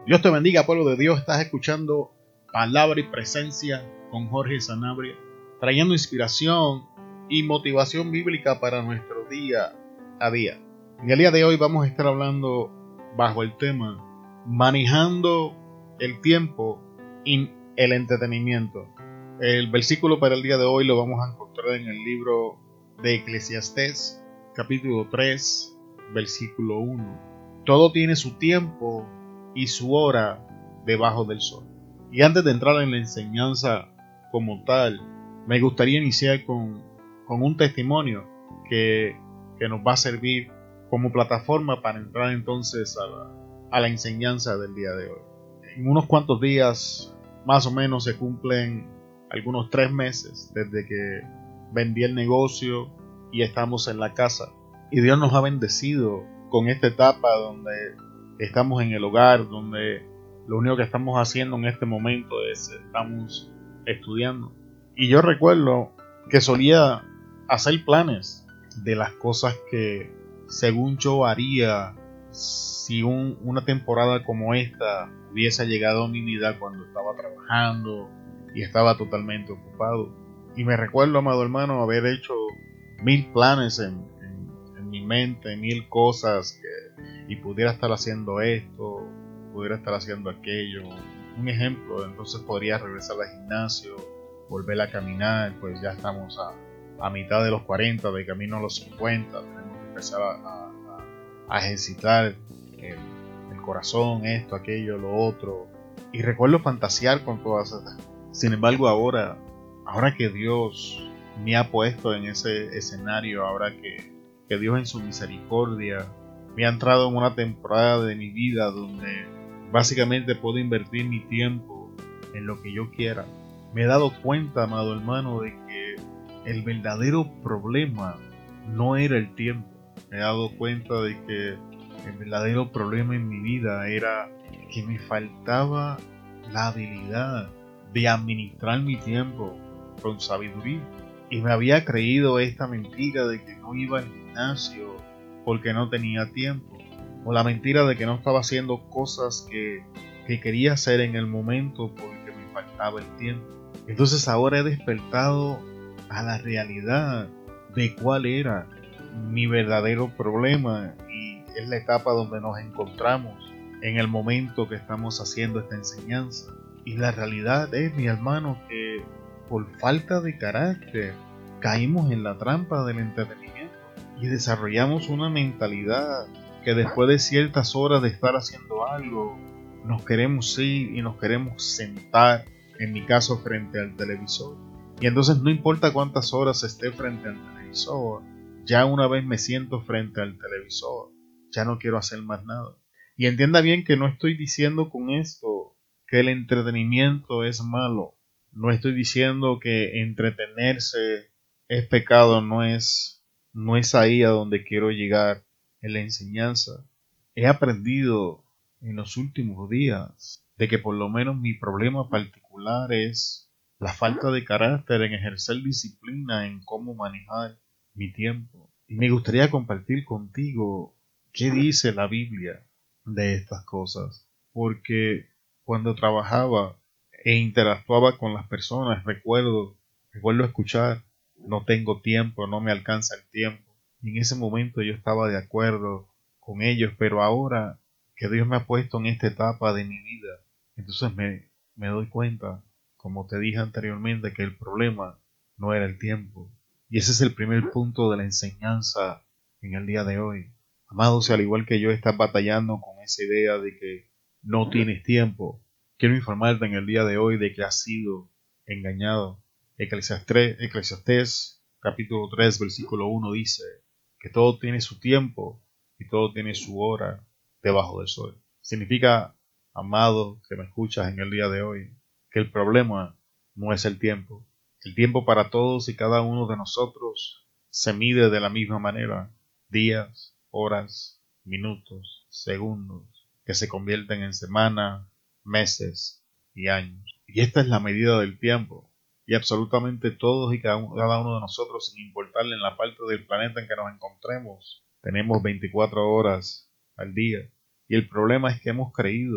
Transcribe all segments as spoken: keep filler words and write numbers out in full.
Dios te bendiga, pueblo de Dios. Estás escuchando Palabra y Presencia con Jorge Sanabria, trayendo inspiración y motivación bíblica para nuestro día a día. En el día de hoy vamos a estar hablando bajo el tema manejando el tiempo y el entretenimiento. El versículo para el día de hoy lo vamos a encontrar en el libro de Eclesiastés, capítulo tres, versículo uno. Todo tiene su tiempo y su hora debajo del sol. Y antes de entrar en la enseñanza como tal, me gustaría iniciar con, con un testimonio que, que nos va a servir como plataforma para entrar entonces a la, a la enseñanza del día de hoy. En unos cuantos días, más o menos, se cumplen algunos tres meses desde que vendí el negocio y estamos en la casa. Y Dios nos ha bendecido con esta etapa donde estamos en el hogar, donde lo único que estamos haciendo en este momento es estamos estudiando. Y yo recuerdo que solía hacer planes de las cosas que según yo haría si un, una temporada como esta hubiese llegado a mi vida cuando estaba trabajando y estaba totalmente ocupado. Y me recuerdo, amado hermano, haber hecho mil planes en, en, en mi mente, mil cosas que, y pudiera estar haciendo esto, pudiera estar haciendo aquello. Un ejemplo, entonces podría regresar al gimnasio, volver a caminar, pues ya estamos a, a mitad de los cuarenta, de camino a los cincuenta, tenemos que empezar a, a, a ejercitar el, el corazón, esto, aquello, lo otro. Y recuerdo fantasear con todas esas. Sin embargo, ahora, ahora que Dios me ha puesto en ese escenario, ahora que, que Dios en su misericordia me ha entrado en una temporada de mi vida donde básicamente puedo invertir mi tiempo en lo que yo quiera, me he dado cuenta, amado hermano, de que el verdadero problema no era el tiempo. Me he dado cuenta de que el verdadero problema en mi vida era que me faltaba la habilidad de administrar mi tiempo con sabiduría. Y me había creído esta mentira de que no iba al gimnasio porque no tenía tiempo, o la mentira de que no estaba haciendo cosas que, que quería hacer en el momento porque me faltaba el tiempo. Entonces ahora he despertado a la realidad de cuál era mi verdadero problema, y es la etapa donde nos encontramos en el momento que estamos haciendo esta enseñanza. Y la realidad es, mi hermano, que por falta de carácter caímos en la trampa del entretenimiento y desarrollamos una mentalidad que después de ciertas horas de estar haciendo algo, nos queremos ir y nos queremos sentar, en mi caso, frente al televisor. Y entonces no importa cuántas horas esté frente al televisor, ya una vez me siento frente al televisor, ya no quiero hacer más nada. Y entienda bien que no estoy diciendo con esto que el entretenimiento es malo. No estoy diciendo que entretenerse es pecado, no es, no es ahí a donde quiero llegar en la enseñanza. He aprendido en los últimos días de que por lo menos mi problema particular es la falta de carácter en ejercer disciplina en cómo manejar mi tiempo. Y me gustaría compartir contigo qué dice la Biblia de estas cosas, porque cuando trabajaba e interactuaba con las personas, recuerdo, recuerdo escuchar, no tengo tiempo, no me alcanza el tiempo. Y en ese momento yo estaba de acuerdo con ellos, pero ahora que Dios me ha puesto en esta etapa de mi vida, entonces me, me doy cuenta, como te dije anteriormente, que el problema no era el tiempo. Y ese es el primer punto de la enseñanza en el día de hoy. Amados, al igual que yo estás batallando con esa idea de que no tienes tiempo, quiero informarte en el día de hoy de que has sido engañado. Eclesiastés, Eclesiastés capítulo tres, versículo uno dice que todo tiene su tiempo y todo tiene su hora debajo del sol. Significa, amado, que me escuchas en el día de hoy, que el problema no es el tiempo. El tiempo para todos y cada uno de nosotros se mide de la misma manera. Días, horas, minutos, segundos, que se convierten en semanas, meses y años. Y esta es la medida del tiempo. Y absolutamente todos y cada uno de nosotros, sin importarle en la parte del planeta en que nos encontremos, tenemos veinticuatro horas al día. Y el problema es que hemos creído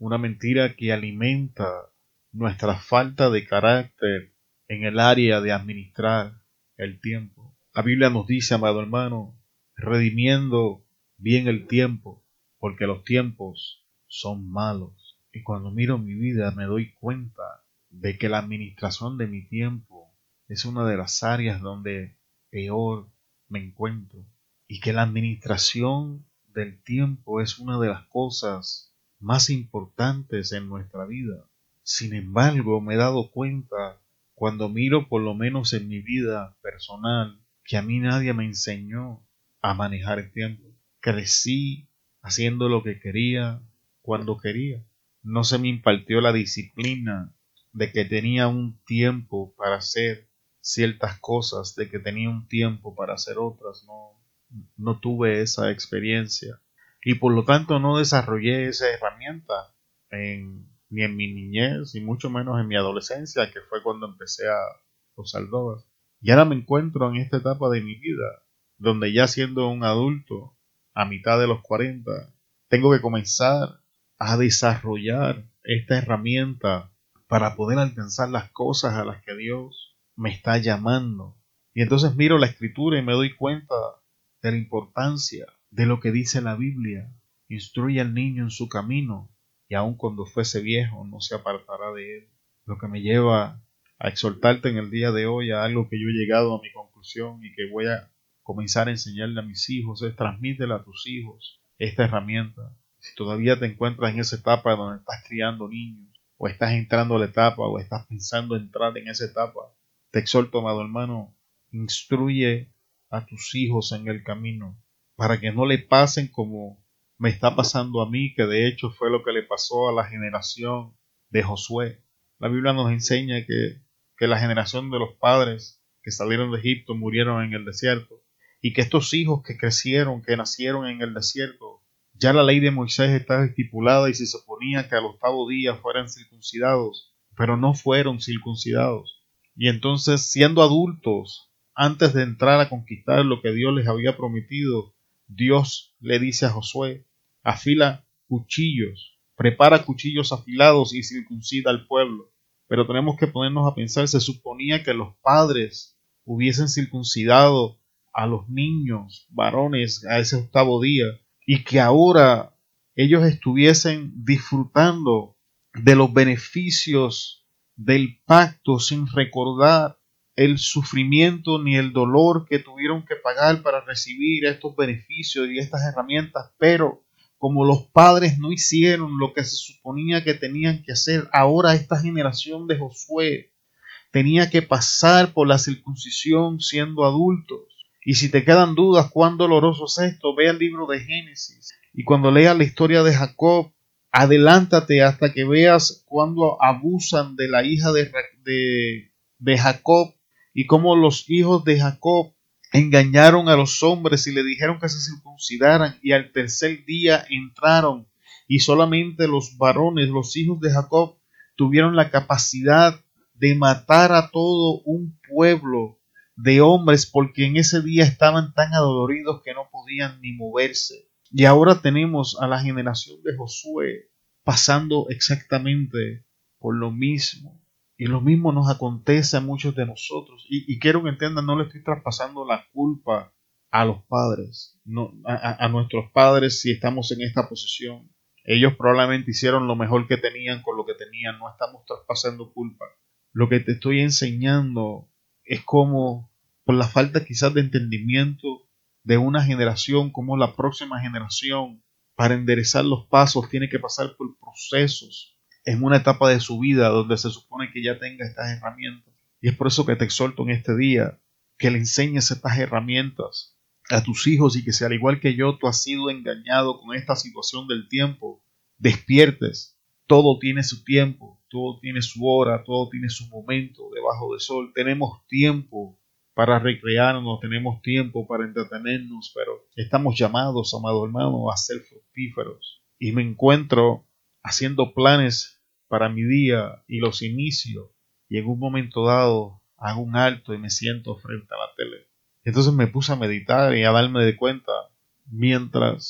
una mentira que alimenta nuestra falta de carácter en el área de administrar el tiempo. La Biblia nos dice, amado hermano, redimiendo bien el tiempo, porque los tiempos son malos. Y cuando miro mi vida me doy cuenta de que la administración de mi tiempo es una de las áreas donde peor me encuentro. Y que la administración del tiempo es una de las cosas más importantes en nuestra vida. Sin embargo, me he dado cuenta, cuando miro por lo menos en mi vida personal, que a mí nadie me enseñó a manejar el tiempo. Crecí haciendo lo que quería, cuando quería. No se me impartió la disciplina de que tenía un tiempo para hacer ciertas cosas, de que tenía un tiempo para hacer otras. No, no tuve esa experiencia. Y por lo tanto no desarrollé esa herramienta en, ni en mi niñez, y mucho menos en mi adolescencia, que fue cuando empecé a usar drogas. Y ahora me encuentro en esta etapa de mi vida, donde ya siendo un adulto, a mitad de los cuarenta, tengo que comenzar a desarrollar esta herramienta para poder alcanzar las cosas a las que Dios me está llamando. Y entonces miro la Escritura y me doy cuenta de la importancia de lo que dice la Biblia. Instruye al niño en su camino, y aun cuando fuese viejo no se apartará de él. Lo que me lleva a exhortarte en el día de hoy a algo que yo he llegado a mi conclusión y que voy a comenzar a enseñarle a mis hijos, es transmítele a tus hijos esta herramienta. Si todavía te encuentras en esa etapa donde estás criando niños, o estás entrando a la etapa, o estás pensando entrar en esa etapa, te exhorto, amado hermano, instruye a tus hijos en el camino, para que no le pasen como me está pasando a mí, que de hecho fue lo que le pasó a la generación de Josué. La Biblia nos enseña que, que la generación de los padres que salieron de Egipto murieron en el desierto, y que estos hijos que crecieron, que nacieron en el desierto, ya la ley de Moisés estaba estipulada y se suponía que al octavo día fueran circuncidados, pero no fueron circuncidados. Y entonces, siendo adultos, antes de entrar a conquistar lo que Dios les había prometido, Dios le dice a Josué: afila cuchillos, prepara cuchillos afilados y circuncida al pueblo. Pero tenemos que ponernos a pensar, se suponía que los padres hubiesen circuncidado a los niños varones a ese octavo día, y que ahora ellos estuviesen disfrutando de los beneficios del pacto sin recordar el sufrimiento ni el dolor que tuvieron que pagar para recibir estos beneficios y estas herramientas. Pero como los padres no hicieron lo que se suponía que tenían que hacer, ahora esta generación de Josué tenía que pasar por la circuncisión siendo adultos. Y si te quedan dudas cuán doloroso es esto, ve el libro de Génesis. Y cuando leas la historia de Jacob, adelántate hasta que veas cuando abusan de la hija de, de, de Jacob, y cómo los hijos de Jacob engañaron a los hombres y le dijeron que se circuncidaran, y al tercer día entraron, y solamente los varones, los hijos de Jacob, tuvieron la capacidad de matar a todo un pueblo de hombres, porque en ese día estaban tan adoloridos que no podían ni moverse. Y ahora tenemos a la generación de Josué pasando exactamente por lo mismo. Y lo mismo nos acontece a muchos de nosotros. Y, y quiero que entiendan, no le estoy traspasando la culpa a los padres, no, a, a nuestros padres si estamos en esta posición. Ellos probablemente hicieron lo mejor que tenían con lo que tenían. No estamos traspasando culpa. Lo que te estoy enseñando es cómo, por la falta quizás de entendimiento de una generación, como la próxima generación, para enderezar los pasos, tiene que pasar por procesos en una etapa de su vida donde se supone que ya tenga estas herramientas. Y es por eso que te exhorto en este día que le enseñes estas herramientas a tus hijos, y que si al igual que yo tú has sido engañado con esta situación del tiempo, despiertes. Todo tiene su tiempo, todo tiene su hora, todo tiene su momento debajo del sol. Tenemos tiempo para recrearnos, tenemos tiempo para entretenernos, pero estamos llamados, amado hermano, a ser fructíferos. Y me encuentro haciendo planes para mi día y los inicio, y en un momento dado hago un alto y me siento frente a la tele. Entonces me puse a meditar y a darme de cuenta, mientras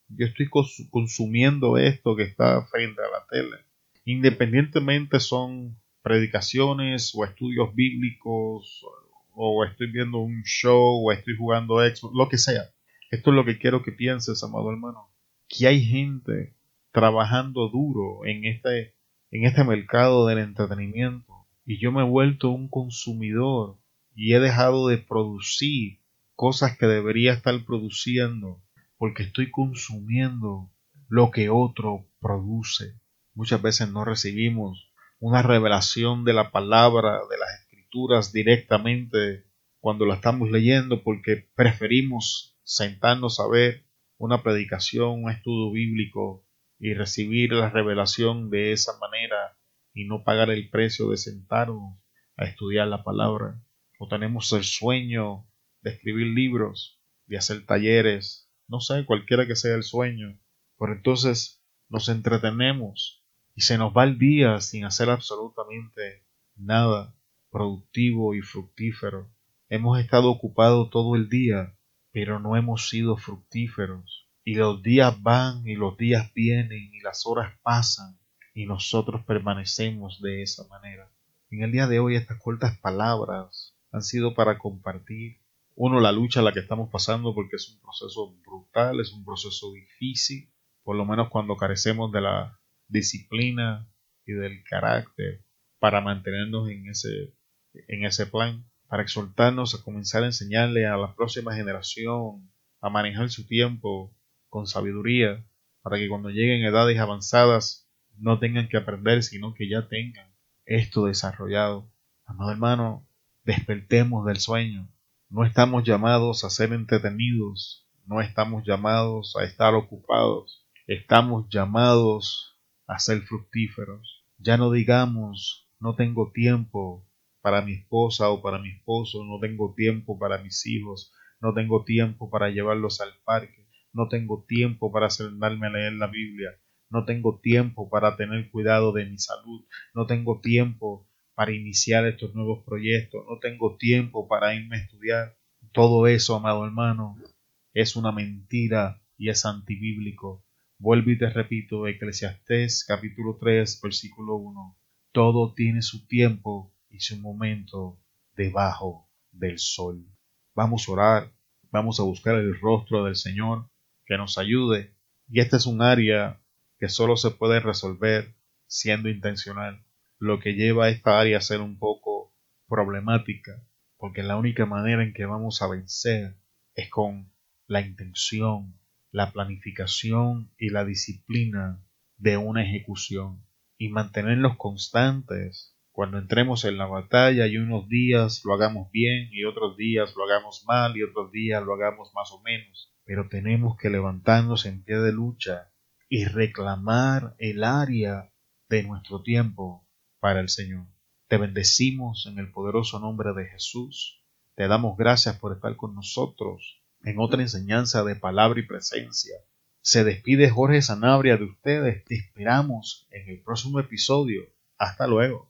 Yo estoy cons- consumiendo esto que está frente a la tele. Independientemente son predicaciones o estudios bíblicos, o estoy viendo un show, o estoy jugando Xbox, lo que sea. Esto es lo que quiero que pienses, amado hermano. Que hay gente trabajando duro en este, en este mercado del entretenimiento. Y yo me he vuelto un consumidor y he dejado de producir cosas que debería estar produciendo porque estoy consumiendo lo que otro produce. Muchas veces no recibimos una revelación de la palabra, de las escrituras directamente cuando la estamos leyendo porque preferimos sentarnos a ver una predicación, un estudio bíblico y recibir la revelación de esa manera y no pagar el precio de sentarnos a estudiar la palabra. O tenemos el sueño de escribir libros, de hacer talleres, no sé, cualquiera que sea el sueño, pero entonces nos entretenemos y se nos va el día sin hacer absolutamente nada productivo y fructífero. Hemos estado ocupados todo el día, pero no hemos sido fructíferos. Y los días van y los días vienen y las horas pasan y nosotros permanecemos de esa manera. En el día de hoy estas cortas palabras han sido para compartir, uno, la lucha a la que estamos pasando porque es un proceso brutal, es un proceso difícil, por lo menos cuando carecemos de la disciplina y del carácter para mantenernos en ese, en ese plan, para exhortarnos a comenzar a enseñarle a la próxima generación a manejar su tiempo con sabiduría, para que cuando lleguen a edades avanzadas no tengan que aprender, sino que ya tengan esto desarrollado. Amado hermano, despertemos del sueño. No estamos llamados a ser entretenidos, no estamos llamados a estar ocupados, estamos llamados a ser fructíferos. Ya no digamos, no tengo tiempo para mi esposa o para mi esposo, no tengo tiempo para mis hijos, no tengo tiempo para llevarlos al parque, no tengo tiempo para sentarme a leer la Biblia, no tengo tiempo para tener cuidado de mi salud, no tengo tiempo para iniciar estos nuevos proyectos, no tengo tiempo para irme a estudiar. Todo eso, amado hermano, es una mentira y es antibíblico. Vuelvo y te repito, Eclesiastés capítulo tres, versículo uno. Todo tiene su tiempo y su momento debajo del sol. Vamos a orar, vamos a buscar el rostro del Señor que nos ayude. Y este es un área que solo se puede resolver siendo intencional, lo que lleva a esta área a ser un poco problemática, porque la única manera en que vamos a vencer es con la intención, la planificación y la disciplina de una ejecución, y mantenerlos constantes. Cuando entremos en la batalla y unos días lo hagamos bien y otros días lo hagamos mal y otros días lo hagamos más o menos, pero tenemos que levantarnos en pie de lucha y reclamar el área de nuestro tiempo para el Señor. Te bendecimos en el poderoso nombre de Jesús. Te damos gracias por estar con nosotros en otra enseñanza de palabra y presencia. Se despide Jorge Sanabria de ustedes. Te esperamos en el próximo episodio. Hasta luego.